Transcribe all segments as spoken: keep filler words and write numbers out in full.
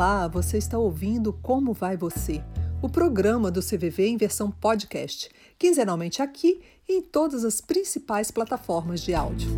Olá, você está ouvindo Como Vai Você? O programa do C V V em versão podcast, quinzenalmente aqui e em todas as principais plataformas de áudio.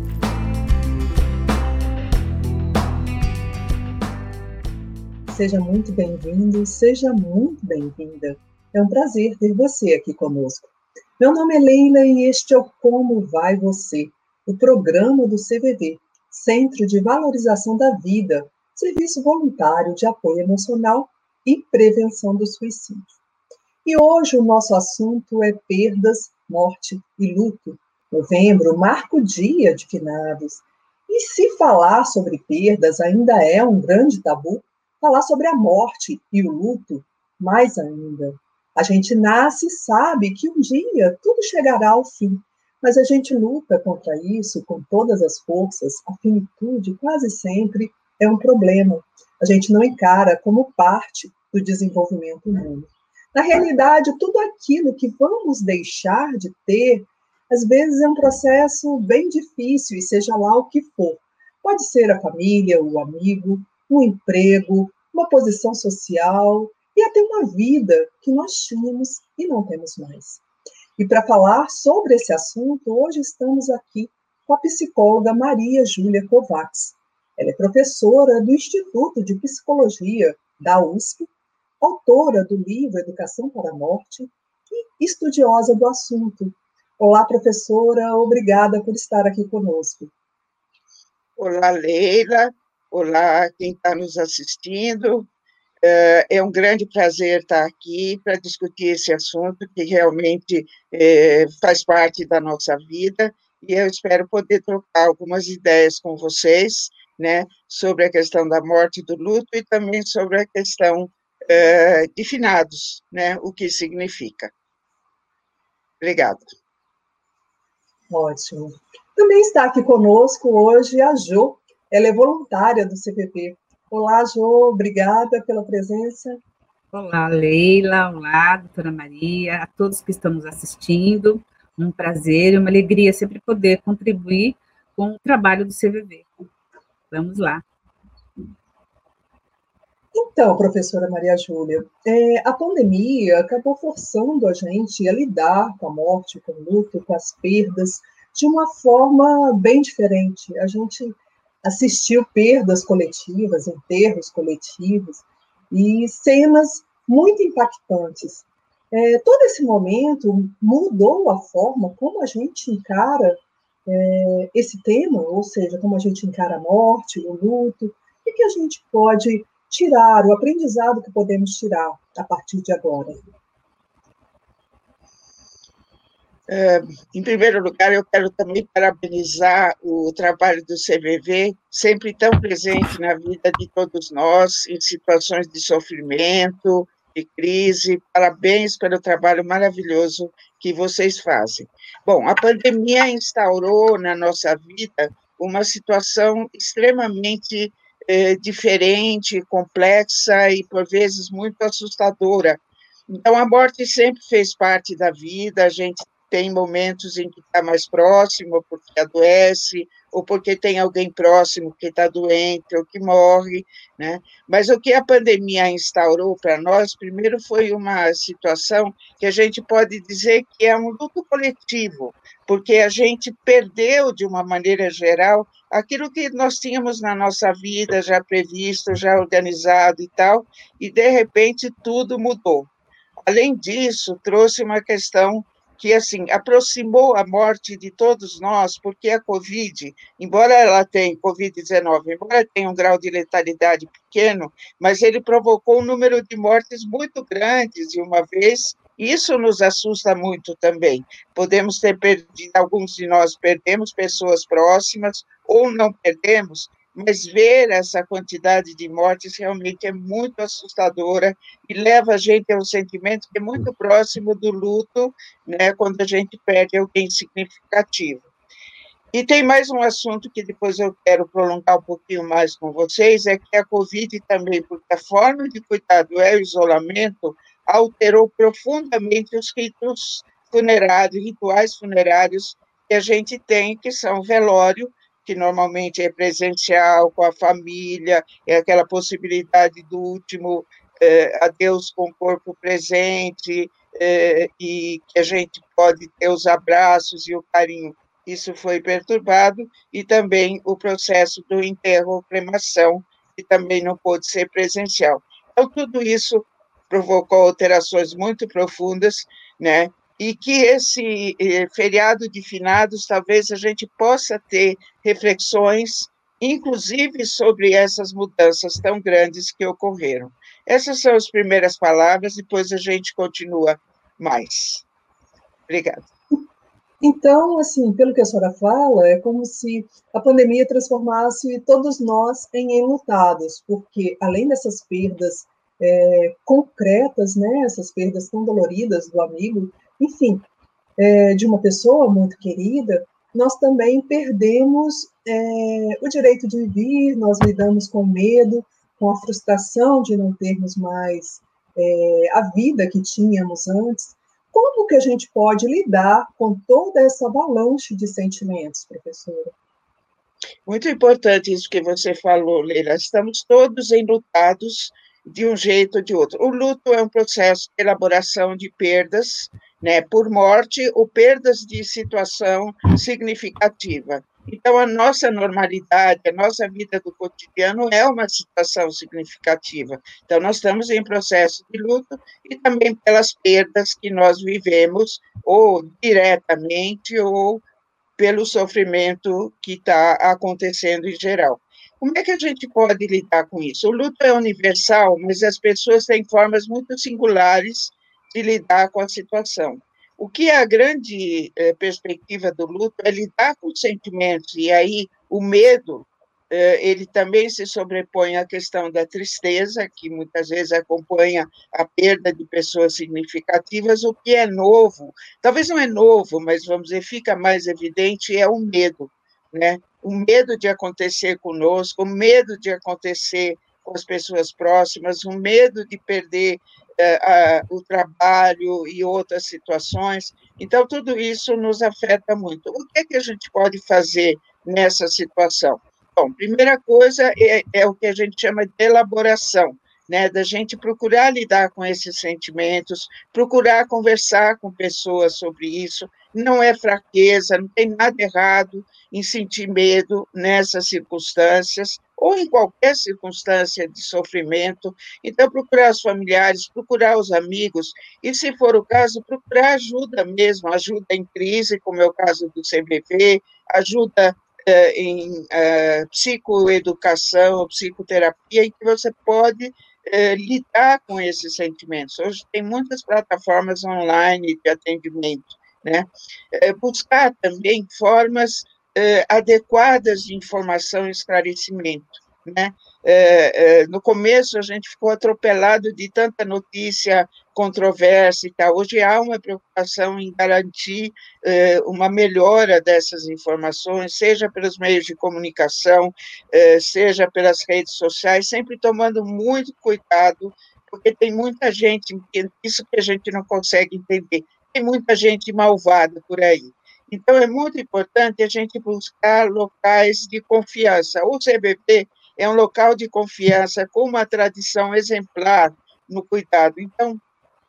Seja muito bem-vindo, seja muito bem-vinda. É um prazer ter você aqui conosco. Meu nome é Leila e este é o Como Vai Você, o programa do C V V, Centro de Valorização da Vida, serviço voluntário de apoio emocional e prevenção do suicídio. E hoje o nosso assunto é perdas, morte e luto. Novembro marca o dia de finados. E se falar sobre perdas ainda é um grande tabu, falar sobre a morte e o luto, mais ainda. A gente nasce e sabe que um dia tudo chegará ao fim, mas a gente luta contra isso com todas as forças. A finitude quase sempre é um problema. A gente não encara como parte do desenvolvimento humano. Na realidade, tudo aquilo que vamos deixar de ter, às vezes é um processo bem difícil, e seja lá o que for. Pode ser a família, o amigo, um emprego, uma posição social e até uma vida que nós tínhamos e não temos mais. E para falar sobre esse assunto, hoje estamos aqui com a psicóloga Maria Júlia Kovacs. Ela é professora do Instituto de Psicologia da U S P, autora do livro Educação para a Morte e estudiosa do assunto. Olá, professora, obrigada por estar aqui conosco. Olá, Leila. Olá, quem está nos assistindo. É um grande prazer estar aqui para discutir esse assunto que realmente é, faz parte da nossa vida, e eu espero poder trocar algumas ideias com vocês, né, sobre a questão da morte e do luto e também sobre a questão é, de finados, né, o que significa. Obrigada. Ótimo. Também está aqui conosco hoje a Jo, ela é voluntária do C V V. Olá, Jo, obrigada pela presença. Olá, Leila, olá, doutora Maria, a todos que estão nos assistindo, um prazer e uma alegria sempre poder contribuir com o trabalho do C V V. Vamos lá. Então, professora Maria Júlia, é, a pandemia acabou forçando a gente a lidar com a morte, com o luto, com as perdas, de uma forma bem diferente. A gente assistiu perdas coletivas, enterros coletivos e cenas muito impactantes. É, todo esse momento mudou a forma como a gente encara é, esse tema, ou seja, como a gente encara a morte, o luto, o que a gente pode tirar, o aprendizado que podemos tirar a partir de agora. É, em primeiro lugar, eu quero também parabenizar o trabalho do C V V, sempre tão presente na vida de todos nós, em situações de sofrimento, de crise. Parabéns pelo trabalho maravilhoso que vocês fazem. Bom, a pandemia instaurou na nossa vida uma situação extremamente eh, diferente, complexa e, por vezes, muito assustadora. Então, a morte sempre fez parte da vida, a gente tem momentos em que está mais próximo, porque adoece, ou porque tem alguém próximo que está doente, ou que morre, né? Mas o que a pandemia instaurou para nós, primeiro foi uma situação que a gente pode dizer que é um luto coletivo, porque a gente perdeu, de uma maneira geral, aquilo que nós tínhamos na nossa vida já previsto, já organizado e tal, e, de repente, tudo mudou. Além disso, trouxe uma questão que, assim, aproximou a morte de todos nós, porque a Covid, embora ela tenha, Covid dezenove, embora tenha um grau de letalidade pequeno, mas ele provocou um número de mortes muito grandes de uma vez, e isso nos assusta muito também. Podemos ter perdido, alguns de nós perdemos pessoas próximas, ou não perdemos, mas ver essa quantidade de mortes realmente é muito assustadora e leva a gente a um sentimento que é muito próximo do luto, né, quando a gente perde alguém significativo. E tem mais um assunto que depois eu quero prolongar um pouquinho mais com vocês, é que a Covid também, porque a forma de cuidado é o isolamento, alterou profundamente os ritos funerários, rituais funerários que a gente tem, que são velório, que normalmente é presencial, com a família, é aquela possibilidade do último eh, adeus com o corpo presente, eh, e que a gente pode ter os abraços e o carinho. Isso foi perturbado, e também o processo do enterro ou cremação, que também não pôde ser presencial. Então, tudo isso provocou alterações muito profundas, né? E que esse eh, feriado de finados, talvez a gente possa ter reflexões, inclusive sobre essas mudanças tão grandes que ocorreram. Essas são as primeiras palavras, depois a gente continua mais. Obrigada. Então, assim, pelo que a senhora fala, é como se a pandemia transformasse todos nós em enlutados, porque além dessas perdas é, concretas, né, essas perdas tão doloridas do amigo, enfim, é, de uma pessoa muito querida, nós também perdemos é, o direito de viver, nós lidamos com medo, com a frustração de não termos mais é, a vida que tínhamos antes. Como que a gente pode lidar com toda essa avalanche de sentimentos, professora? Muito importante isso que você falou, Leila. Estamos todos enlutados de um jeito ou de outro. O luto é um processo de elaboração de perdas, né, por morte ou perdas de situação significativa. Então, a nossa normalidade, a nossa vida do cotidiano é uma situação significativa. Então, nós estamos em processo de luto e também pelas perdas que nós vivemos, ou diretamente, ou pelo sofrimento que está acontecendo em geral. Como é que a gente pode lidar com isso? O luto é universal, mas as pessoas têm formas muito singulares de lidar com a situação. O que é a grande eh, perspectiva do luto é lidar com os sentimentos, e aí o medo, eh, ele também se sobrepõe à questão da tristeza, que muitas vezes acompanha a perda de pessoas significativas. O que é novo, talvez não é novo, mas vamos dizer, fica mais evidente, é o medo, né? O medo de acontecer conosco, o medo de acontecer com as pessoas próximas, o medo de perder Uh, uh, o trabalho e outras situações. Então, tudo isso nos afeta muito. O que é que a gente pode fazer nessa situação? Bom, primeira coisa é, é o que a gente chama de elaboração, né, da gente procurar lidar com esses sentimentos, procurar conversar com pessoas sobre isso. Não é fraqueza, não tem nada errado em sentir medo nessas circunstâncias, ou em qualquer circunstância de sofrimento. Então, procurar os familiares, procurar os amigos, e, se for o caso, procurar ajuda mesmo, ajuda em crise, como é o caso do C V V, ajuda eh, em eh, psicoeducação, psicoterapia, em que você pode eh, lidar com esses sentimentos. Hoje tem muitas plataformas online de atendimento, né? Eh, buscar também formas eh, adequadas de informação e esclarecimento, né? Eh, eh, no começo a gente ficou atropelado de tanta notícia controversa e tal. Hoje há uma preocupação em garantir eh, uma melhora dessas informações, seja pelos meios de comunicação, eh, seja pelas redes sociais, sempre tomando muito cuidado, porque tem muita gente, isso que a gente não consegue entender, tem muita gente malvada por aí. Então, é muito importante a gente buscar locais de confiança. O C V V é um local de confiança com uma tradição exemplar no cuidado. Então,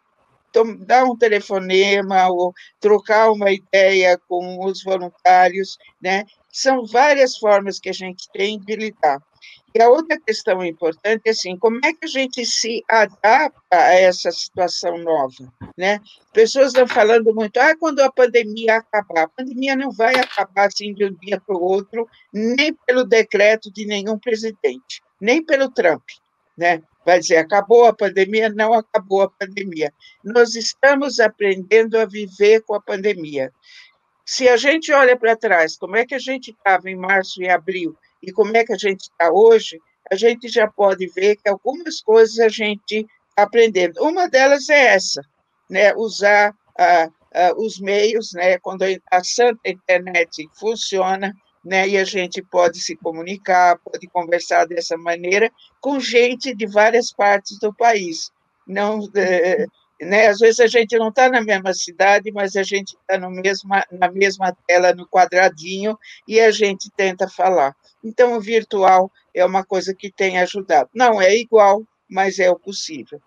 dar um telefonema ou trocar uma ideia com os voluntários, né? São várias formas que a gente tem de lidar. E a outra questão importante é assim, como é que a gente se adapta a essa situação nova, né? Pessoas estão falando muito, ah, quando a pandemia acabar. A pandemia não vai acabar assim de um dia para o outro, nem pelo decreto de nenhum presidente, nem pelo Trump, né? Vai dizer, acabou a pandemia? Não acabou a pandemia. Nós estamos aprendendo a viver com a pandemia. Se a gente olha para trás, como é que a gente estava em março e abril, e como é que a gente está hoje, a gente já pode ver que algumas coisas a gente está aprendendo. Uma delas é essa, né, usar ah, ah, os meios, né, quando a santa internet funciona, né, e a gente pode se comunicar, pode conversar dessa maneira com gente de várias partes do país. Não, é, né? Às vezes a gente não está na mesma cidade, mas a gente está na mesma tela, no quadradinho, e a gente tenta falar. Então, o virtual é uma coisa que tem ajudado. Não é igual, mas é o possível.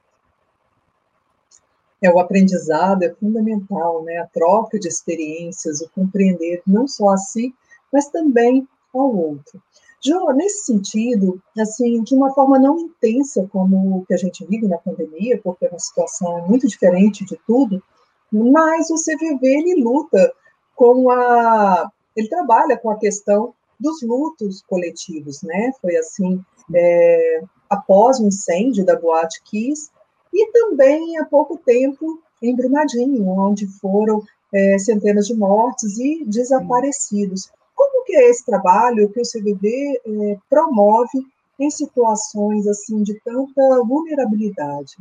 É, o aprendizado é fundamental, né? A troca de experiências, o compreender não só a si, mas também ao outro. Jo, nesse sentido, assim, de uma forma não intensa como o que a gente vive na pandemia, porque é uma situação muito diferente de tudo, mas o C V V, ele luta com a... ele trabalha com a questão dos lutos coletivos, né? Foi assim, é, após o incêndio da Boate Kiss, e também há pouco tempo em Brumadinho, onde foram é, centenas de mortes e desaparecidos. Como que é esse trabalho que o C V V é, promove em situações assim de tanta vulnerabilidade?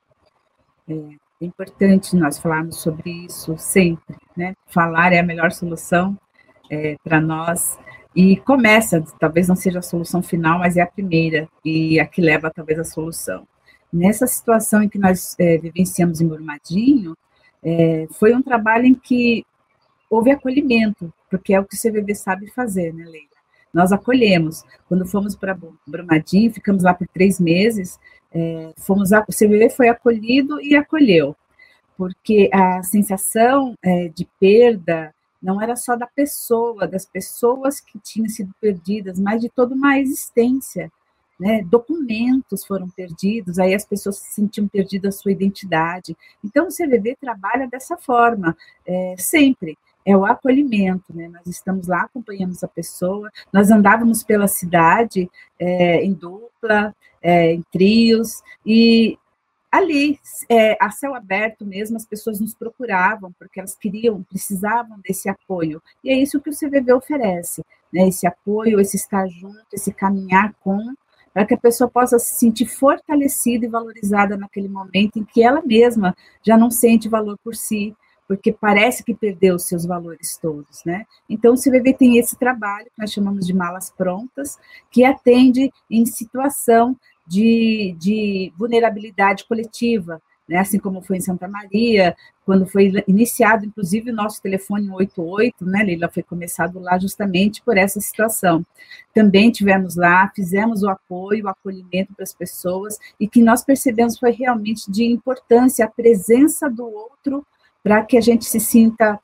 É importante nós falarmos sobre isso sempre, né? Falar é a melhor solução é, para nós, e começa, talvez não seja a solução final, mas é a primeira, e a que leva talvez a solução. Nessa situação em que nós é, vivenciamos em Brumadinho, é, foi um trabalho em que houve acolhimento, porque é o que o C V V sabe fazer, né, Leila? Nós acolhemos. Quando fomos para Brumadinho, ficamos lá por três meses, é, fomos a, o C V V foi acolhido e acolheu, porque a sensação é, de perda não era só da pessoa, das pessoas que tinham sido perdidas, mas de toda uma existência, né? Documentos foram perdidos, aí as pessoas se sentiam perdidas a sua identidade. Então, o C V V trabalha dessa forma, é, sempre. É o acolhimento, né? Nós estamos lá, acompanhamos a pessoa, nós andávamos pela cidade é, em dupla, é, em trios, e ali, é, a céu aberto mesmo, as pessoas nos procuravam, porque elas queriam, precisavam desse apoio, e é isso que o C V V oferece, né? Esse apoio, esse estar junto, esse caminhar com, para que a pessoa possa se sentir fortalecida e valorizada naquele momento em que ela mesma já não sente valor por si, porque parece que perdeu os seus valores todos, né? Então, o C V V tem esse trabalho, que nós chamamos de malas prontas, que atende em situação de, de vulnerabilidade coletiva, né? Assim como foi em Santa Maria, quando foi iniciado, inclusive, o nosso telefone oito oito, né, Leila, foi começado lá justamente por essa situação. Também tivemos lá, fizemos o apoio, o acolhimento para as pessoas, e que nós percebemos foi realmente de importância a presença do outro, para que a gente se sinta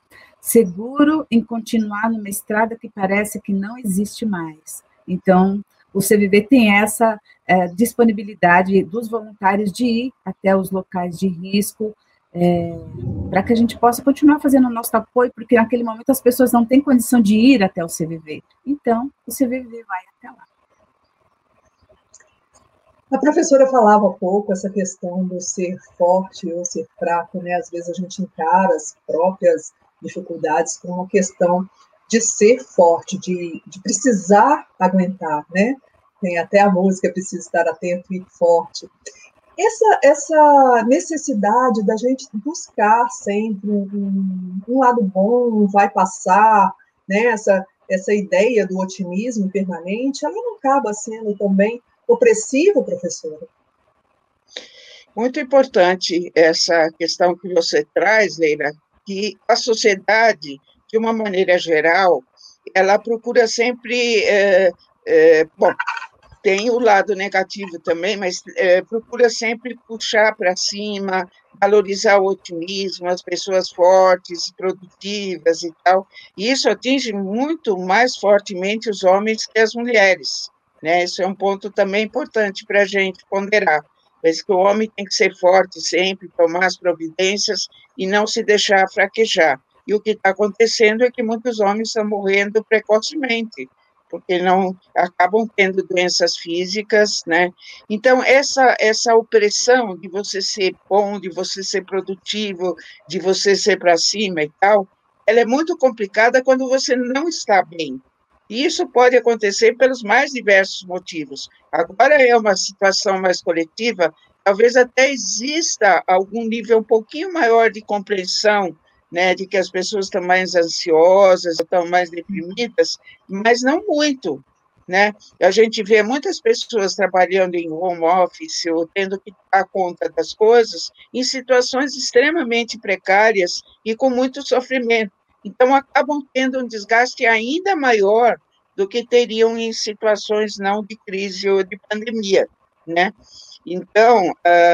seguro em continuar numa estrada que parece que não existe mais. Então, o C V V tem essa é, disponibilidade dos voluntários de ir até os locais de risco, é, para que a gente possa continuar fazendo o nosso apoio, porque naquele momento as pessoas não têm condição de ir até o C V V. Então, o C V V vai até lá. A professora falava há pouco essa questão do ser forte ou ser fraco, né? Às vezes a gente encara as próprias dificuldades com uma questão de ser forte, de, de precisar aguentar, né? Tem até a música Preciso Estar Atento e Forte. Essa, essa necessidade da gente buscar sempre um, um lado bom, vai passar, né? Essa, essa ideia do otimismo permanente, ela não acaba sendo também opressivo, professora? Muito importante essa questão que você traz, Leila, que a sociedade, de uma maneira geral, ela procura sempre, é, é, bom, tem o lado negativo também, mas é, procura sempre puxar para cima, valorizar o otimismo, as pessoas fortes, produtivas e tal, e isso atinge muito mais fortemente os homens que as mulheres. Né? Isso é um ponto também importante para a gente ponderar. Mas que o homem tem que ser forte sempre, tomar as providências e não se deixar fraquejar. E o que está acontecendo é que muitos homens estão morrendo precocemente, porque não acabam tendo doenças físicas, né? Então, essa, essa opressão de você ser bom, de você ser produtivo, de você ser para cima e tal, ela é muito complicada quando você não está bem. E isso pode acontecer pelos mais diversos motivos. Agora é uma situação mais coletiva, talvez até exista algum nível um pouquinho maior de compreensão, né, de que as pessoas estão mais ansiosas, estão mais deprimidas, mas não muito, né? A gente vê muitas pessoas trabalhando em home office ou tendo que dar conta das coisas em situações extremamente precárias e com muito sofrimento. Então, acabam tendo um desgaste ainda maior do que teriam em situações não de crise ou de pandemia, né? Então,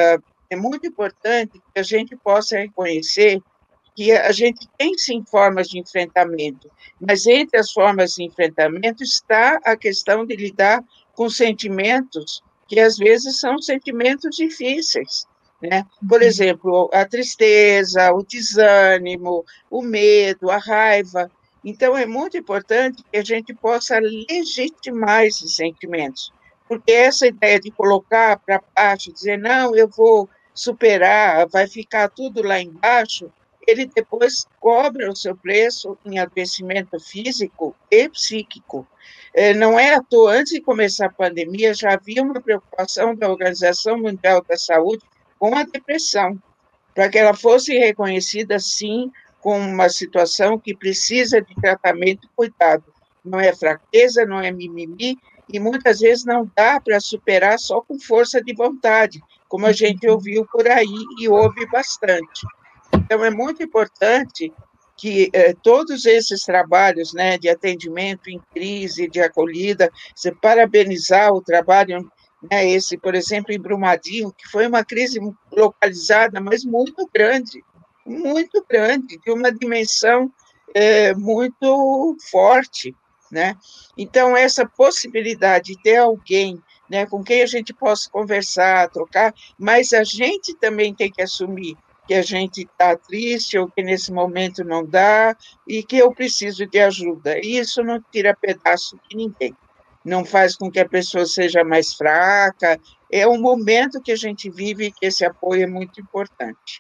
é muito importante que a gente possa reconhecer que a gente tem, sim, formas de enfrentamento, mas entre as formas de enfrentamento está a questão de lidar com sentimentos que, às vezes, são sentimentos difíceis, né? Por exemplo, a tristeza, o desânimo, o medo, a raiva. Então, é muito importante que a gente possa legitimar esses sentimentos, porque essa ideia de colocar para baixo, dizer, não, eu vou superar, vai ficar tudo lá embaixo, ele depois cobra o seu preço em adoecimento físico e psíquico. Não é à toa, antes de começar a pandemia, já havia uma preocupação da Organização Mundial da Saúde com a depressão, para que ela fosse reconhecida, sim, como uma situação que precisa de tratamento e cuidado. Não é fraqueza, não é mimimi, e muitas vezes não dá para superar só com força de vontade, como a gente ouviu por aí e ouve bastante. Então, é muito importante que eh, todos esses trabalhos, né, de atendimento em crise, de acolhida, você parabenizar o trabalho, né, esse, por exemplo, em Brumadinho, que foi uma crise localizada, mas muito grande, muito grande, de uma dimensão eh, muito forte, né? Então, essa possibilidade de ter alguém, né, com quem a gente possa conversar, trocar, mas a gente também tem que assumir que a gente está triste ou que nesse momento não dá e que eu preciso de ajuda. Isso não tira pedaço de ninguém, não faz com que a pessoa seja mais fraca, é um momento que a gente vive e que esse apoio é muito importante.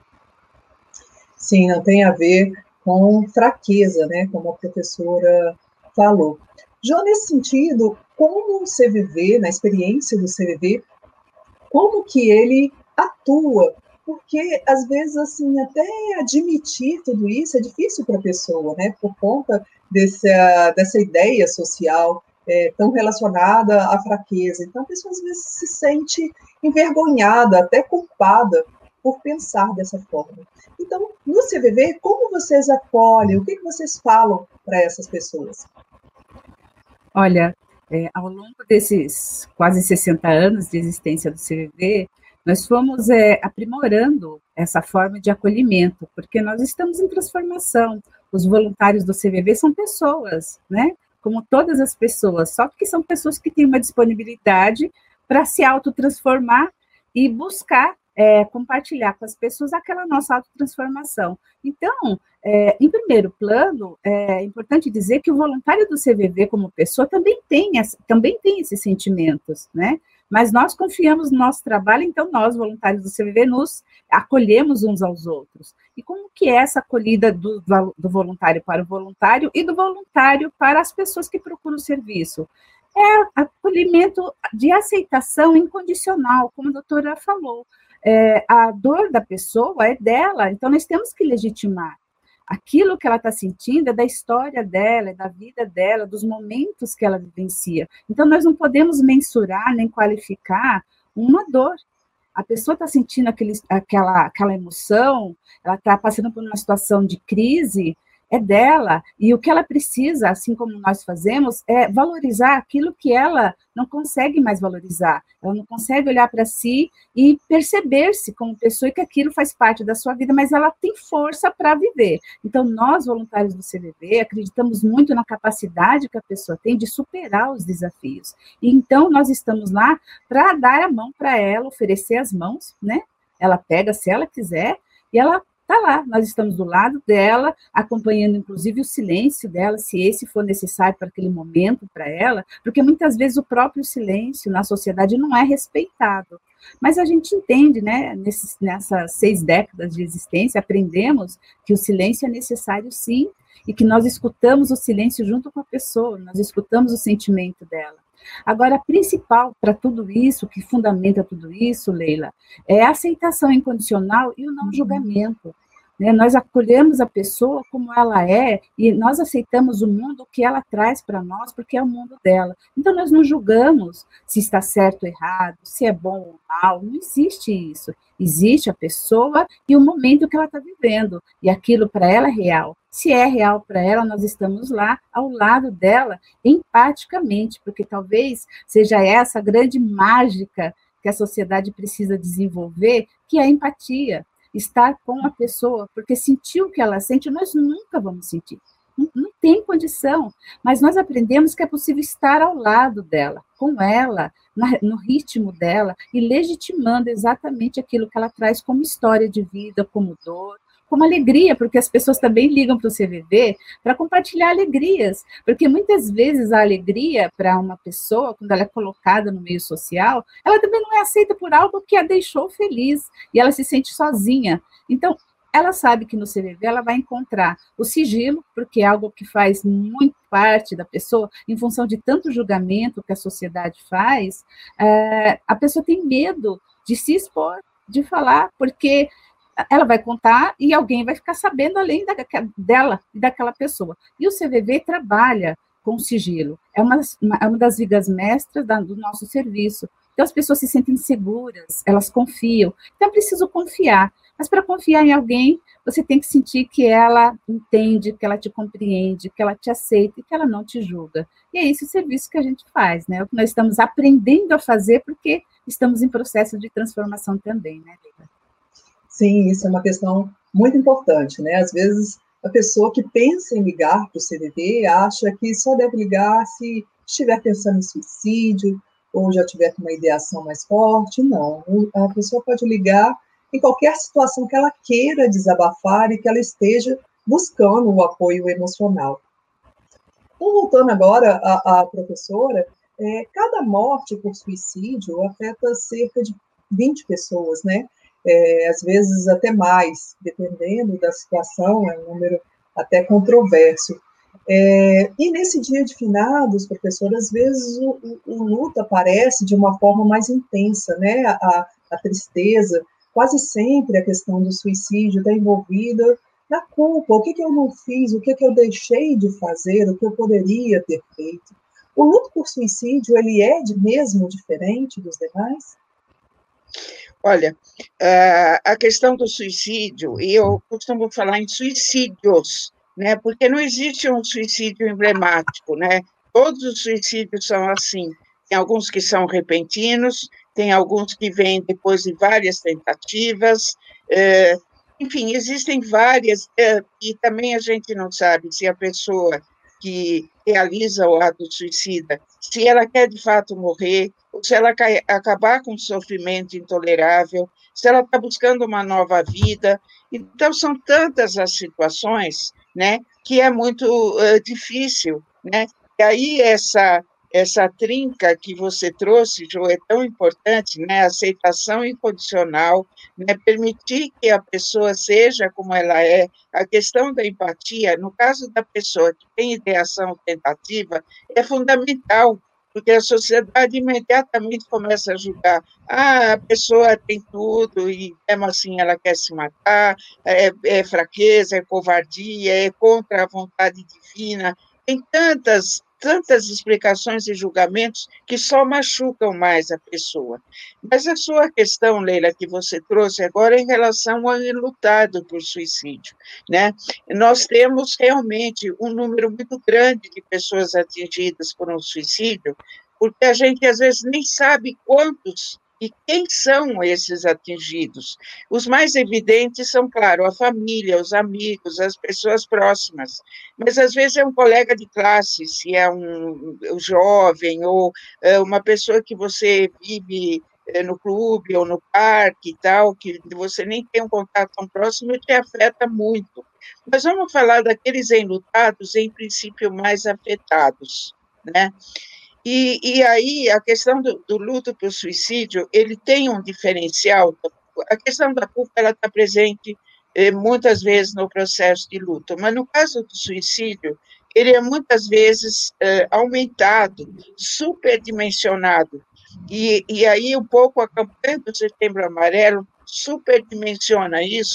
Sim, não tem a ver com fraqueza, né, como a professora falou. Já nesse sentido, como o C V V, na experiência do C V V, como que ele atua? Porque, às vezes, assim, até admitir tudo isso é difícil para a pessoa, né? Por conta dessa, dessa ideia social é, tão relacionada à fraqueza. Então, a pessoa, às vezes, se sente envergonhada, até culpada por pensar dessa forma. Então, no C V V, como vocês acolhem? O que, que vocês falam para essas pessoas? Olha, é, ao longo desses quase sessenta anos de existência do C V V, nós fomos é, aprimorando essa forma de acolhimento, porque nós estamos em transformação. Os voluntários do C V V são pessoas, né? Como todas as pessoas, só que são pessoas que têm uma disponibilidade para se autotransformar e buscar é, compartilhar com as pessoas aquela nossa autotransformação. Então, é, em primeiro plano, é importante dizer que o voluntário do C V V como pessoa também tem, também tem esses sentimentos, né? Mas nós confiamos no nosso trabalho, então nós, voluntários do C V V, nos acolhemos uns aos outros. E como que é essa acolhida do, do voluntário para o voluntário e do voluntário para as pessoas que procuram o serviço? É acolhimento de aceitação incondicional, como a doutora falou. É, a dor da pessoa é dela, então nós temos que legitimar. Aquilo que ela está sentindo é da história dela, é da vida dela, dos momentos que ela vivencia. Então, nós não podemos mensurar nem qualificar uma dor. A pessoa está sentindo aquele, aquela, aquela emoção, ela está passando por uma situação de crise, é dela, e o que ela precisa, assim como nós fazemos, é valorizar aquilo que ela não consegue mais valorizar. Ela não consegue olhar para si e perceber-se como pessoa e que aquilo faz parte da sua vida, mas ela tem força para viver. Então, nós, voluntários do C V V, acreditamos muito na capacidade que a pessoa tem de superar os desafios. E então, nós estamos lá para dar a mão para ela, oferecer as mãos, né? Ela pega se ela quiser e ela está lá, nós estamos do lado dela, acompanhando inclusive o silêncio dela, se esse for necessário para aquele momento para ela, porque muitas vezes o próprio silêncio na sociedade não é respeitado. Mas a gente entende, né, nesses, nessas seis décadas de existência, aprendemos que o silêncio é necessário sim, e que nós escutamos o silêncio junto com a pessoa, nós escutamos o sentimento dela. Agora, principal para tudo isso, que fundamenta tudo isso, Leila, é a aceitação incondicional e o não julgamento. né? Nós acolhemos a pessoa como ela é e nós aceitamos o mundo que ela traz para nós, porque é o mundo dela. Então, nós não julgamos se está certo ou errado, se é bom ou mal, não existe isso. Existe a pessoa e o momento que ela está vivendo, e aquilo para ela é real. Se é real para ela, nós estamos lá, ao lado dela, empaticamente, porque talvez seja essa a grande mágica que a sociedade precisa desenvolver, que é a empatia. Estar com a pessoa, porque sentir o que ela sente, nós nunca vamos sentir. Não, não tem condição, mas nós aprendemos que é possível estar ao lado dela, com ela, na, no ritmo dela, e legitimando exatamente aquilo que ela traz como história de vida, como dor, como alegria, porque as pessoas também ligam para o C V V para compartilhar alegrias, porque muitas vezes a alegria para uma pessoa, quando ela é colocada no meio social, ela também não é aceita por algo que a deixou feliz, e ela se sente sozinha. Então, ela sabe que no C V V ela vai encontrar o sigilo, porque é algo que faz muito parte da pessoa, em função de tanto julgamento que a sociedade faz, é, a pessoa tem medo de se expor, de falar, porque ela vai contar e alguém vai ficar sabendo além da, dela e daquela pessoa. E o C V V trabalha com sigilo, é uma, é uma das vigas mestras da, do nosso serviço. Então, as pessoas se sentem seguras, elas confiam. Então, é preciso confiar. Mas, para confiar em alguém, você tem que sentir que ela entende, que ela te compreende, que ela te aceita e que ela não te julga. E é esse o serviço que a gente faz, né? O que nós estamos aprendendo a fazer, porque estamos em processo de transformação também, né, Leila? Sim, isso é uma questão muito importante, né? Às vezes, a pessoa que pensa em ligar para o C V V acha que só deve ligar se estiver pensando em suicídio, ou já tiver com uma ideação mais forte. Não, a pessoa pode ligar em qualquer situação que ela queira desabafar e que ela esteja buscando o apoio emocional. Então, voltando agora à, à professora, é, cada morte por suicídio afeta cerca de vinte pessoas, né? É, às vezes até mais, dependendo da situação, é um número até controverso. É, e nesse dia de finados, professor, às vezes o, o, o luto aparece de uma forma mais intensa, né? A, a tristeza, quase sempre a questão do suicídio está envolvida na culpa, o que, que eu não fiz, o que, que eu deixei de fazer, o que eu poderia ter feito. O luto por suicídio, ele é de mesmo diferente dos demais? Olha, a questão do suicídio, e eu costumo falar em suicídios, né, porque não existe um suicídio emblemático, né? Todos os suicídios são assim. Tem alguns que são repentinos, tem alguns que vêm depois de várias tentativas, é, enfim, existem várias, é, e também a gente não sabe se a pessoa que realiza o ato suicida, se ela quer de fato morrer, ou se ela quer acabar com um sofrimento intolerável, se ela está buscando uma nova vida. Então, são tantas as situações, né, que é muito uh, difícil, né? E aí essa essa trinca que você trouxe, Jo, é tão importante, né? A aceitação incondicional, né? Permitir que a pessoa seja como ela é, a questão da empatia, no caso da pessoa que tem ideação tentativa, é fundamental, porque a sociedade imediatamente começa a julgar, ah, a pessoa tem tudo e mesmo assim ela quer se matar, é, é fraqueza, é covardia, é contra a vontade divina, tem tantas, tantas explicações e julgamentos que só machucam mais a pessoa. Mas a sua questão, Leila, que você trouxe agora em relação ao enlutado por suicídio, né? Nós temos realmente um número muito grande de pessoas atingidas por um suicídio, porque a gente às vezes nem sabe quantos e quem são esses atingidos. Os mais evidentes são, claro, a família, os amigos, as pessoas próximas, mas às vezes é um colega de classe, se é um, um jovem, ou é uma pessoa que você vive é, no clube ou no parque e tal, que você nem tem um contato tão próximo e te afeta muito. Mas vamos falar daqueles enlutados, em princípio, mais afetados, né? E, e aí, a questão do, do luto por suicídio, ele tem um diferencial. A questão da culpa, ela está presente eh, muitas vezes no processo de luto, mas no caso do suicídio, ele é muitas vezes eh, aumentado, superdimensionado. E, e aí, um pouco, a campanha do Setembro Amarelo superdimensiona isso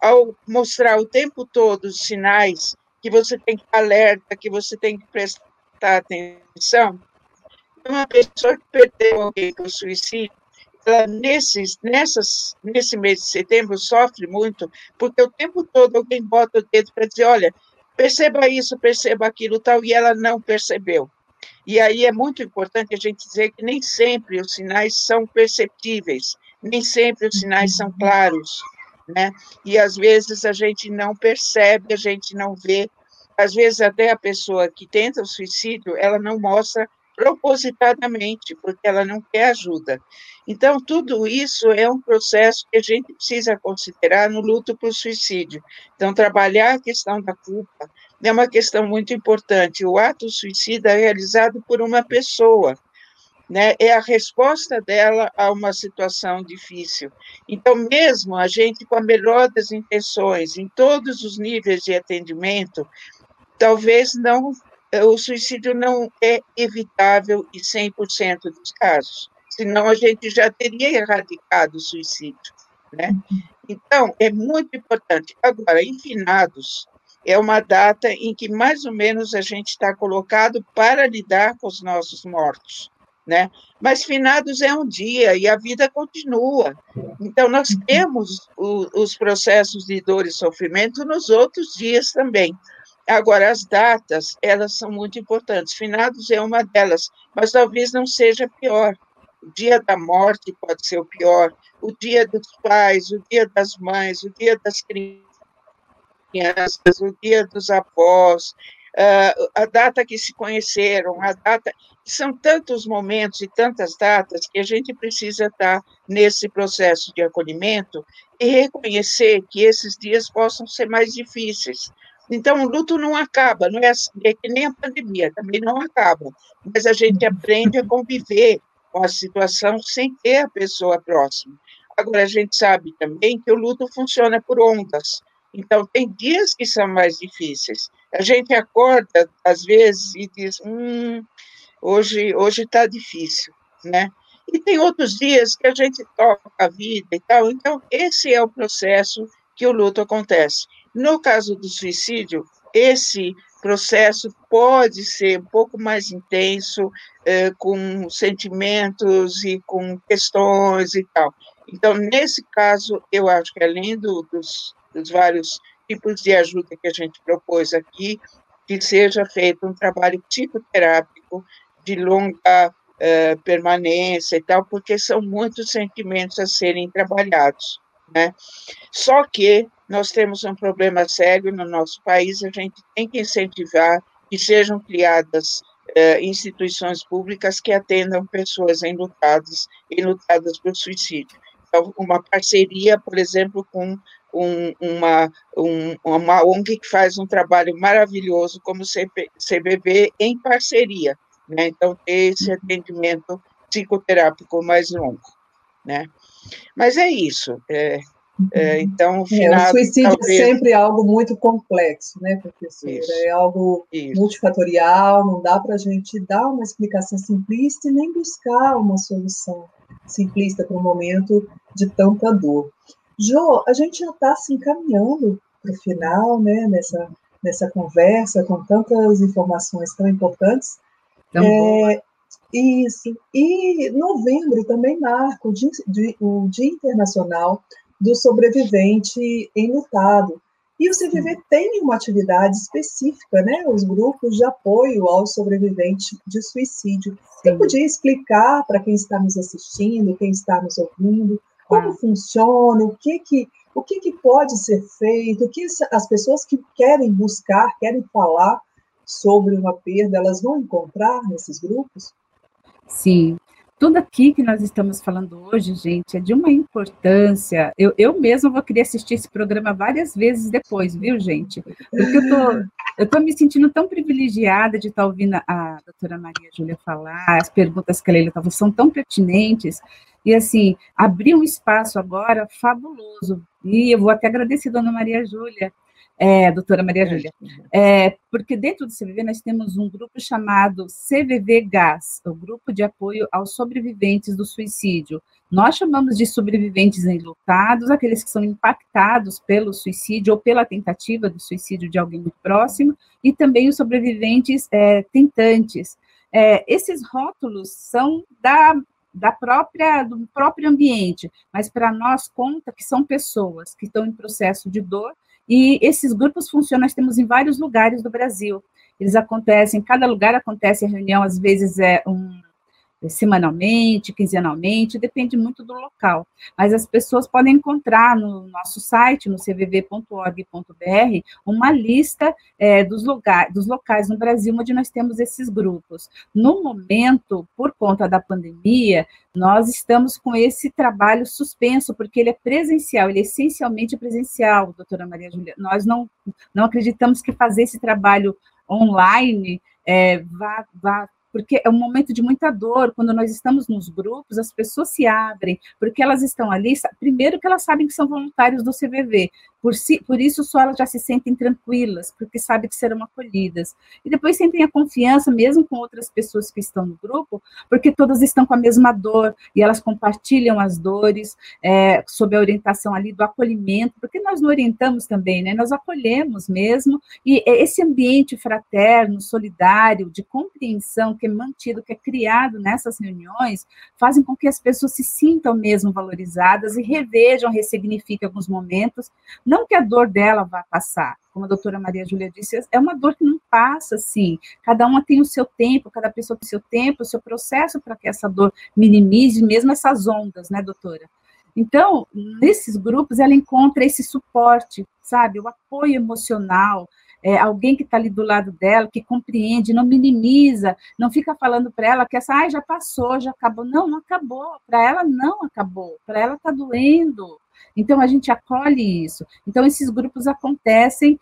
ao mostrar o tempo todo os sinais que você tem que estar alerta, que você tem que prestar atenção, uma pessoa que perdeu alguém por suicídio, ela, nesses, nessas, nesse mês de setembro, sofre muito, porque o tempo todo alguém bota o dedo para dizer, olha, perceba isso, perceba aquilo, tal, e ela não percebeu. E aí é muito importante a gente dizer que nem sempre os sinais são perceptíveis, nem sempre os sinais são claros, né? E às vezes a gente não percebe, a gente não vê, às vezes até a pessoa que tenta o suicídio, ela não mostra propositadamente, porque ela não quer ajuda. Então, tudo isso é um processo que a gente precisa considerar no luto por suicídio. Então, trabalhar a questão da culpa é uma questão muito importante. O ato suicida é realizado por uma pessoa, né? É a resposta dela a uma situação difícil. Então, mesmo a gente com a melhor das intenções, em todos os níveis de atendimento, talvez não, o suicídio não é evitável em cem por cento dos casos, senão a gente já teria erradicado o suicídio, né? Então, é muito importante. Agora, em finados, é uma data em que mais ou menos a gente está colocado para lidar com os nossos mortos, né? Mas finados é um dia e a vida continua. Então, nós temos o, os processos de dor e sofrimento nos outros dias também. Agora, as datas, elas são muito importantes. Finados é uma delas, mas talvez não seja pior. O dia da morte pode ser o pior, o dia dos pais, o dia das mães, o dia das crianças, o dia dos avós, a data que se conheceram, a data... São tantos momentos e tantas datas que a gente precisa estar nesse processo de acolhimento e reconhecer que esses dias possam ser mais difíceis. Então, o luto não acaba, não é, assim, é que nem a pandemia, também não acaba, mas a gente aprende a conviver com a situação sem ter a pessoa próxima. Agora, a gente sabe também que o luto funciona por ondas, então tem dias que são mais difíceis. A gente acorda, às vezes, e diz, hum, hoje hoje está difícil, né? E tem outros dias que a gente toca a vida e tal, então esse é o processo que o luto acontece. No caso do suicídio, esse processo pode ser um pouco mais intenso, eh, com sentimentos e com questões e tal. Então, nesse caso, eu acho que além do, dos, dos vários tipos de ajuda que a gente propôs aqui, que seja feito um trabalho psicoterápico de longa eh, permanência e tal, porque são muitos sentimentos a serem trabalhados, né? Só que nós temos um problema sério no nosso país, a gente tem que incentivar que sejam criadas eh, instituições públicas que atendam pessoas enlutadas, enlutadas por suicídio. Então, uma parceria, por exemplo, com um, uma, um, uma O N G que faz um trabalho maravilhoso como o C B B em parceria, né? Então, ter esse atendimento psicoterápico mais longo, né? Mas é isso, é, é, então, finado, é, o suicídio talvez... é sempre algo muito complexo, né, professora? Isso, é algo isso. multifatorial, não dá para a gente dar uma explicação simplista e nem buscar uma solução simplista para um momento de tanta dor. Jo, a gente já está se encaminhando para o final, né, nessa, nessa conversa com tantas informações tão importantes. Tão é, isso. E novembro também marca o Dia, o Dia Internacional do Sobrevivente Enlutado. E o C V V tem uma atividade específica, né? Os grupos de apoio ao sobrevivente de suicídio. Você podia explicar para quem está nos assistindo, quem está nos ouvindo, como ah. funciona, o que que, o que que pode ser feito, o que as pessoas que querem buscar, querem falar sobre uma perda, elas vão encontrar nesses grupos? Sim, tudo aqui que nós estamos falando hoje, gente, é de uma importância. Eu, eu mesma vou querer assistir esse programa várias vezes depois, viu, gente? Porque eu tô, eu tô me sentindo tão privilegiada de estar ouvindo a doutora Maria Júlia falar, as perguntas que a Leila estava são tão pertinentes, e assim, abrir um espaço agora fabuloso, e eu vou até agradecer a dona Maria Júlia, É, doutora Maria Júlia, é, porque dentro do C V V nós temos um grupo chamado C V V GAS, o Grupo de Apoio aos Sobreviventes do Suicídio. Nós chamamos de sobreviventes enlutados, aqueles que são impactados pelo suicídio ou pela tentativa do suicídio de alguém muito próximo, e também os sobreviventes é, tentantes. É, esses rótulos são da, da própria, do próprio ambiente, mas para nós conta que são pessoas que estão em processo de dor. E esses grupos funcionam, nós temos em vários lugares do Brasil. Eles acontecem, em cada lugar acontece a reunião, às vezes é um, semanalmente, quinzenalmente, depende muito do local. Mas as pessoas podem encontrar no nosso site, no c v v ponto org ponto b r, uma lista é, dos, lugar, dos locais no Brasil onde nós temos esses grupos. No momento, por conta da pandemia, nós estamos com esse trabalho suspenso, porque ele é presencial, ele é essencialmente presencial, doutora Maria Júlia. Nós não, não acreditamos que fazer esse trabalho online é, vá, vá porque é um momento de muita dor, quando nós estamos nos grupos, as pessoas se abrem, porque elas estão ali, primeiro que elas sabem que são voluntários do C V V, por, si, por isso só elas já se sentem tranquilas, porque sabem que serão acolhidas, e depois sentem a confiança, mesmo com outras pessoas que estão no grupo, porque todas estão com a mesma dor, e elas compartilham as dores, é, sob a orientação ali do acolhimento, porque nós não orientamos também, né, nós acolhemos mesmo, e esse ambiente fraterno, solidário, de compreensão, que é mantido, que é criado nessas reuniões, fazem com que as pessoas se sintam mesmo valorizadas e revejam, ressignifiquem alguns momentos, não que a dor dela vá passar, como a doutora Maria Júlia disse, é uma dor que não passa, assim, cada uma tem o seu tempo, cada pessoa tem o seu tempo, o seu processo para que essa dor minimize, mesmo essas ondas, né, doutora? Então, nesses grupos, ela encontra esse suporte, sabe, o apoio emocional, É, alguém que está ali do lado dela, que compreende, não minimiza, não fica falando para ela que essa, ah, já passou, já acabou. Não, não acabou, para ela não acabou, para ela está doendo. Então, a gente acolhe isso. Então, esses grupos acontecem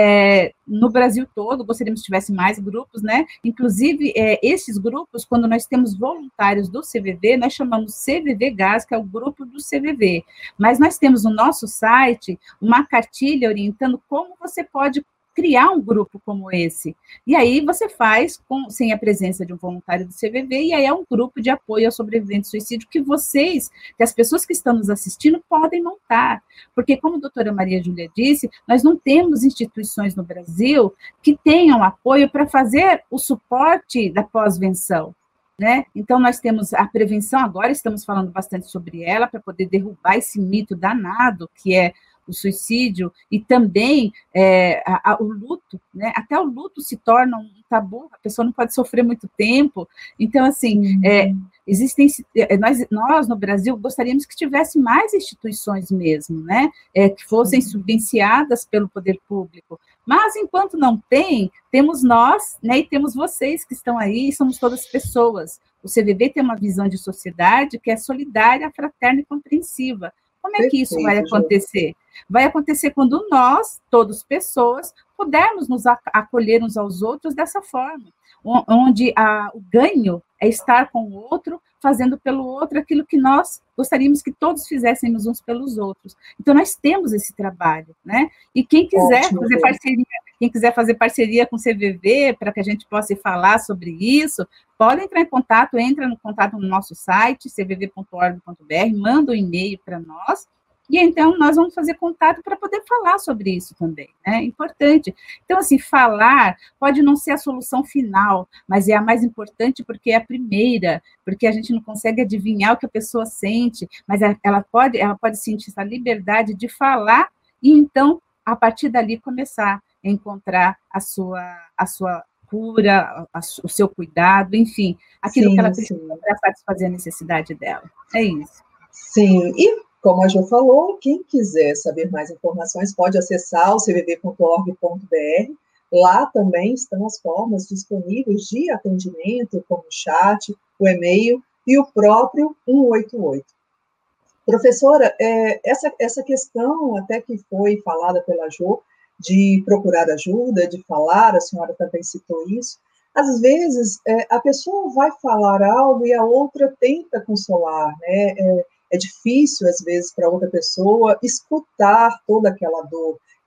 é, no Brasil todo, gostaríamos que tivesse mais grupos, né? Inclusive, é, esses grupos, quando nós temos voluntários do C V V, nós chamamos C V V GAS, que é o grupo do C V V. Mas nós temos no nosso site uma cartilha orientando como você pode criar um grupo como esse. E aí você faz com, sem a presença de um voluntário do C V V, e aí é um grupo de apoio ao sobrevivente de suicídio que vocês, que as pessoas que estão nos assistindo, podem montar. Porque, como a doutora Maria Júlia disse, nós não temos instituições no Brasil que tenham apoio para fazer o suporte da pós-venção. Né? Então, nós temos a prevenção, agora estamos falando bastante sobre ela, para poder derrubar esse mito danado, que é o suicídio, e também é, a, a, o luto, né? Até o luto se torna um tabu, a pessoa não pode sofrer muito tempo, então, assim, uhum. é, existem, nós, nós, no Brasil, gostaríamos que tivesse mais instituições mesmo, né? É, que fossem uhum. subvenciadas pelo poder público, mas, enquanto não tem, temos nós, né, e temos vocês que estão aí, e somos todas pessoas. O C V V tem uma visão de sociedade que é solidária, fraterna e compreensiva. Como é que isso vai acontecer? Vai acontecer quando nós, todas pessoas, pudermos nos acolher uns aos outros dessa forma, onde a, o ganho é estar com o outro, fazendo pelo outro aquilo que nós gostaríamos que todos fizéssemos uns pelos outros. Então, nós temos esse trabalho, né? E quem quiser Ótimo, fazer parceria, quem quiser fazer parceria com o C V V, para que a gente possa falar sobre isso, pode entrar em contato, entra no contato no nosso site, c v v ponto org ponto b r, manda um e-mail para nós, e então nós vamos fazer contato para poder falar sobre isso também, né? Importante. Então, assim, falar pode não ser a solução final, mas é a mais importante porque é a primeira, porque a gente não consegue adivinhar o que a pessoa sente, mas ela pode, ela pode sentir essa liberdade de falar e, então, a partir dali, começar a encontrar a sua, a sua cura, a, o seu cuidado, enfim, aquilo sim, que ela precisa para satisfazer a necessidade dela. É isso. Sim, e como a Jo falou, quem quiser saber mais informações pode acessar o c v v ponto org ponto b r. Lá também estão as formas disponíveis de atendimento, como o chat, o e-mail e o próprio um oito oito. Professora, é, essa, essa questão até que foi falada pela Jo, de procurar ajuda, de falar, a senhora também citou isso, às vezes é, a pessoa vai falar algo e a outra tenta consolar, né? É, É difícil, às vezes, para outra pessoa escutar toda aquela dor.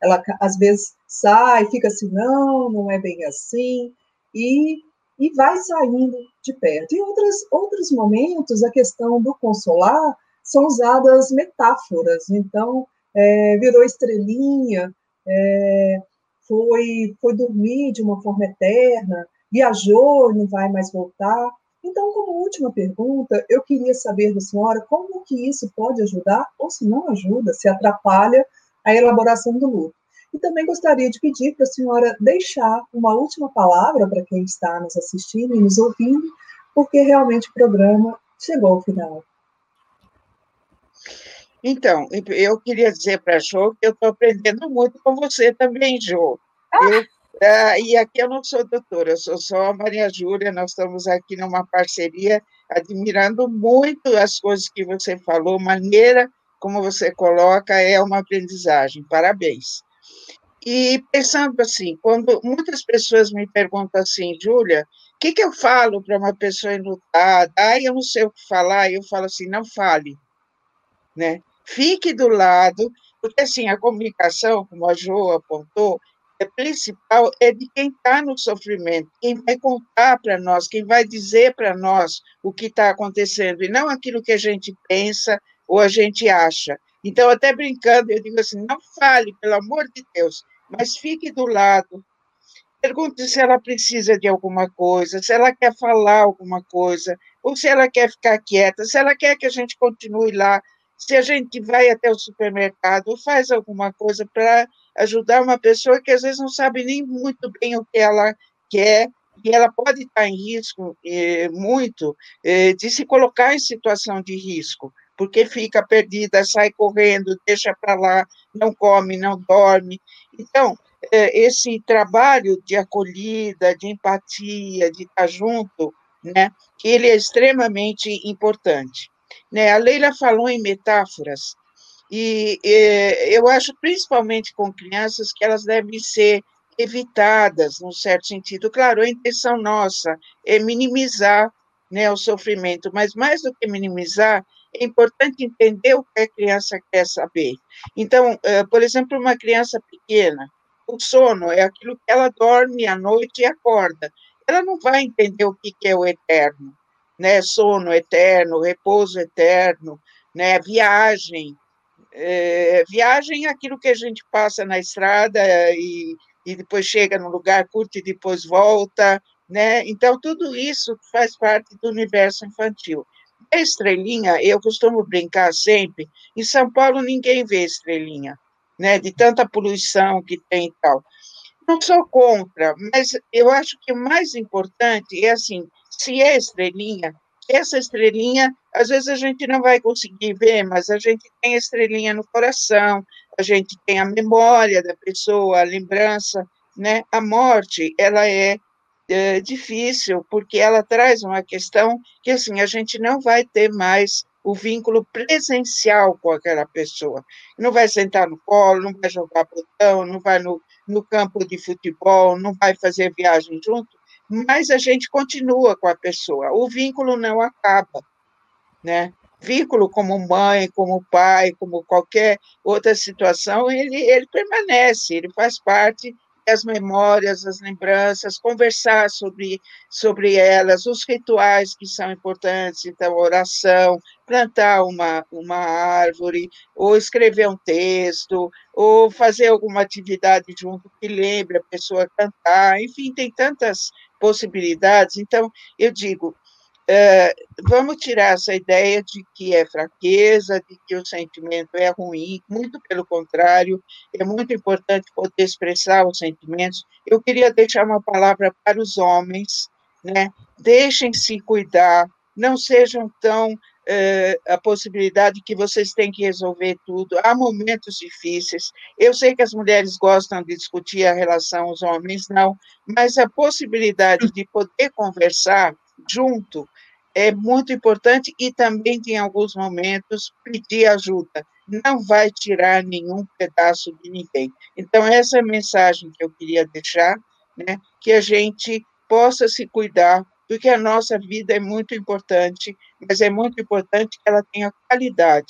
ela às vezes sai, fica assim, não, não é bem assim, e, e vai saindo de perto. Em outros, outros momentos, a questão do consolar são usadas metáforas, então, é, virou estrelinha, é, foi, foi dormir de uma forma eterna, viajou e não vai mais voltar. Então, como última pergunta, eu queria saber da senhora como que isso pode ajudar, ou se não ajuda, se atrapalha a elaboração do luto. E também gostaria de pedir para a senhora deixar uma última palavra para quem está nos assistindo e nos ouvindo, porque realmente o programa chegou ao final. Então, eu queria dizer para a Jo que eu estou aprendendo muito com você também, Jo. Eu, ah, e aqui eu não sou doutora, eu sou só a Maria Júlia, nós estamos aqui numa parceria, admirando muito as coisas que você falou, maneira como você coloca, é uma aprendizagem, parabéns. E pensando assim, quando muitas pessoas me perguntam assim, Júlia, o que, que eu falo para uma pessoa enlutada? Ah, eu não sei o que falar, eu falo assim, não fale, né? Fique do lado, porque assim, a comunicação, como a Jo apontou, é principal é de quem está no sofrimento, quem vai contar para nós, quem vai dizer para nós o que está acontecendo, e não aquilo que a gente pensa ou a gente acha. Então, até brincando, eu digo assim, não fale, pelo amor de Deus, mas fique do lado, pergunte se ela precisa de alguma coisa, se ela quer falar alguma coisa, ou se ela quer ficar quieta, se ela quer que a gente continue lá, se a gente vai até o supermercado, ou faz alguma coisa para ajudar uma pessoa que às vezes não sabe nem muito bem o que ela quer, e ela pode estar em risco eh, muito eh, de se colocar em situação de risco, porque fica perdida, sai correndo, deixa para lá, não come, não dorme. Então, esse trabalho de acolhida, de empatia, de estar junto, né, ele é extremamente importante. Né? A Leila falou em metáforas, e, e eu acho, principalmente com crianças, que elas devem ser evitadas, num certo sentido. Claro, a intenção nossa é minimizar, né, o sofrimento, mas mais do que minimizar, é importante entender o que a criança quer saber. Então, por exemplo, uma criança pequena, o sono é aquilo que ela dorme à noite e acorda. Ela não vai entender o que é o eterno, né? Sono eterno, repouso eterno, né? Viagem. É, viagem é aquilo que a gente passa na estrada e, e depois chega num lugar, curte e depois volta, né? Então, tudo isso faz parte do universo infantil. A estrelinha, eu costumo brincar sempre, em São Paulo ninguém vê estrelinha, né, de tanta poluição que tem e tal. Não sou contra, mas eu acho que o mais importante é assim, se é estrelinha, essa estrelinha, às vezes a gente não vai conseguir ver, mas a gente tem a estrelinha no coração, a gente tem a memória da pessoa, a lembrança, né? A morte, ela é, é difícil, porque ela traz uma questão que, assim, a gente não vai ter mais o vínculo presencial com aquela pessoa. Não vai sentar no colo, não vai jogar botão, não vai no, no campo de futebol, não vai fazer viagem junto, mas a gente continua com a pessoa. O vínculo não acaba, né? Vínculo como mãe, como pai, como qualquer outra situação, ele, ele permanece, ele faz parte das memórias, das lembranças, conversar sobre, sobre elas, os rituais que são importantes, então, oração, plantar uma, uma árvore, ou escrever um texto, ou fazer alguma atividade junto que lembre a pessoa cantar, enfim, tem tantas possibilidades. Então, eu digo, é, vamos tirar essa ideia de que é fraqueza, de que o sentimento é ruim, muito pelo contrário, é muito importante poder expressar os sentimentos. Eu queria deixar uma palavra para os homens, né? Deixem-se cuidar, não sejam tão é, a possibilidade que vocês têm que resolver tudo. Há momentos difíceis. Eu sei que as mulheres gostam de discutir a relação, os homens não, mas a possibilidade de poder conversar junto é muito importante e também, em alguns momentos, pedir ajuda. Não vai tirar nenhum pedaço de ninguém. Então, essa é a mensagem que eu queria deixar, né? Que a gente possa se cuidar, porque a nossa vida é muito importante, mas é muito importante que ela tenha qualidade,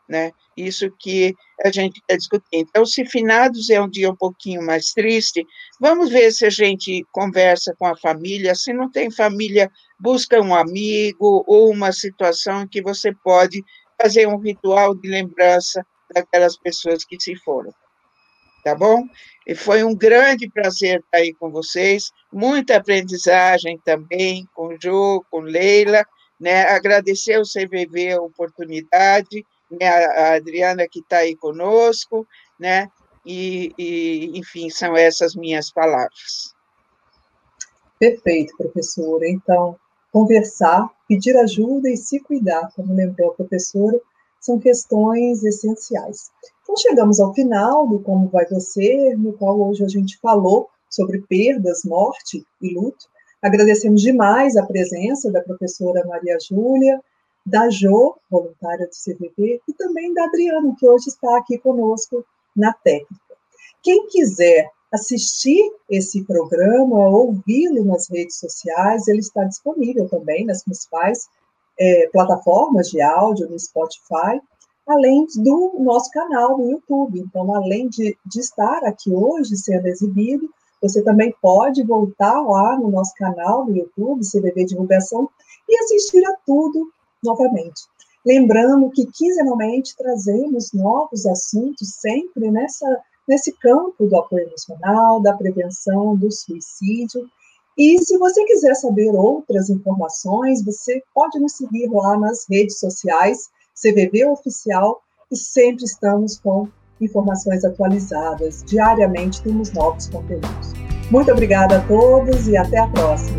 né? Isso que a gente quer discutir. Então, se finados é um dia um pouquinho mais triste, vamos ver se a gente conversa com a família. Se não tem família, busca um amigo ou uma situação em que você pode fazer um ritual de lembrança daquelas pessoas que se foram. Tá bom? E foi um grande prazer estar aí com vocês, muita aprendizagem também com o Jô, com Leila, né? Agradecer ao C V V a oportunidade, né? A Adriana que está aí conosco, né? E, e, enfim, são essas minhas palavras. Perfeito, professora. Então, conversar, pedir ajuda e se cuidar, como lembrou a professora, são questões essenciais. Então, chegamos ao final do Como Vai Você, no qual hoje a gente falou sobre perdas, morte e luto. Agradecemos demais a presença da professora Maria Júlia, da Jo, voluntária do C V V, e também da Adriana, que hoje está aqui conosco na técnica. Quem quiser assistir esse programa, ouvi-lo nas redes sociais, ele está disponível também nas principais é, plataformas de áudio, no Spotify, além do nosso canal no YouTube. Então, além de, de estar aqui hoje sendo exibido, você também pode voltar lá no nosso canal no YouTube, C V V Divulgação, e assistir a tudo novamente. Lembrando que quinzenalmente trazemos novos assuntos sempre nessa, nesse campo do apoio emocional, da prevenção do suicídio. E se você quiser saber outras informações, você pode nos seguir lá nas redes sociais, C V V Oficial, e sempre estamos com informações atualizadas. Diariamente temos novos conteúdos. Muito obrigada a todos e até a próxima.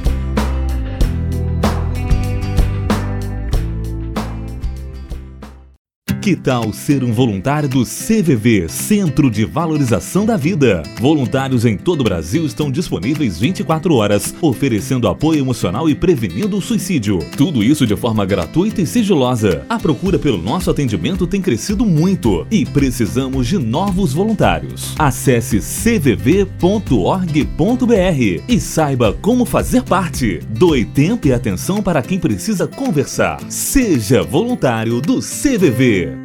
Que tal ser um voluntário do C V V, Centro de Valorização da Vida? Voluntários em todo o Brasil estão disponíveis vinte e quatro horas, oferecendo apoio emocional e prevenindo o suicídio. Tudo isso de forma gratuita e sigilosa. A procura pelo nosso atendimento tem crescido muito e precisamos de novos voluntários. Acesse c v v ponto org ponto b r e saiba como fazer parte. Doe tempo e atenção para quem precisa conversar. Seja voluntário do C V V.